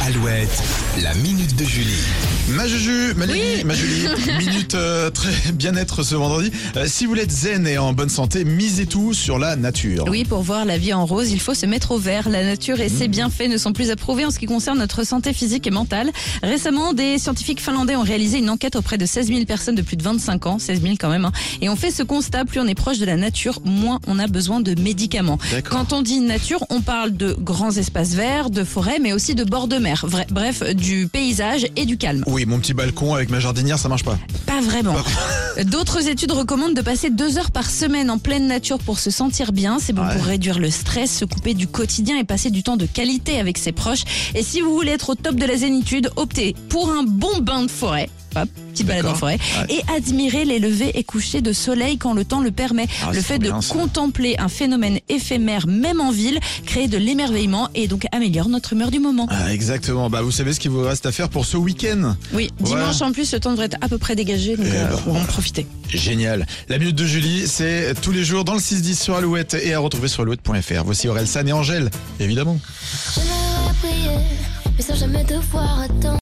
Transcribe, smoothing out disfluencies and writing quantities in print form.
Alouette, la minute de Julie. Ma Juju, ma Julie, minute très bien-être ce vendredi. Si vous voulez être zen et en bonne santé, misez tout sur la nature. Oui, pour voir la vie en rose, il faut se mettre au vert. La nature et ses bienfaits ne sont plus approuvés en ce qui concerne notre santé physique et mentale. Récemment, des scientifiques finlandais ont réalisé une enquête auprès de 16 000 personnes de plus de 25 ans, 16 000 quand même, et on fait ce constat, plus on est proche de la nature, moins on a besoin de médicaments. D'accord. Quand on dit nature, on parle de grands espaces verts, de forêts, mais aussi de bords de mer. Bref, du paysage et du calme. Oui, mon petit balcon avec ma jardinière, ça marche pas. Pas vraiment. D'autres études recommandent de passer 2 heures par semaine en pleine nature pour se sentir bien. C'est bon pour réduire le stress, se couper du quotidien et passer du temps de qualité avec ses proches. Et si vous voulez être au top de la zénitude, optez pour un bon bain de forêt. Hop, petite balade en forêt. Et admirer les levées et couchers de soleil quand le temps le permet. Le fait de contempler un phénomène éphémère, même en ville, crée de l'émerveillement et donc améliore notre humeur du moment. Ah, exactement. Vous savez ce qu'il vous reste à faire pour ce week-end? Oui, dimanche en plus, le temps devrait être à peu près dégagé, donc on va en profiter. Génial. La minute de Julie, c'est tous les jours dans le 6-10 sur Alouette et à retrouver sur alouette.fr. Voici Orelsan et Angèle, évidemment. J'aimerais prier, mais sans jamais devoir attendre.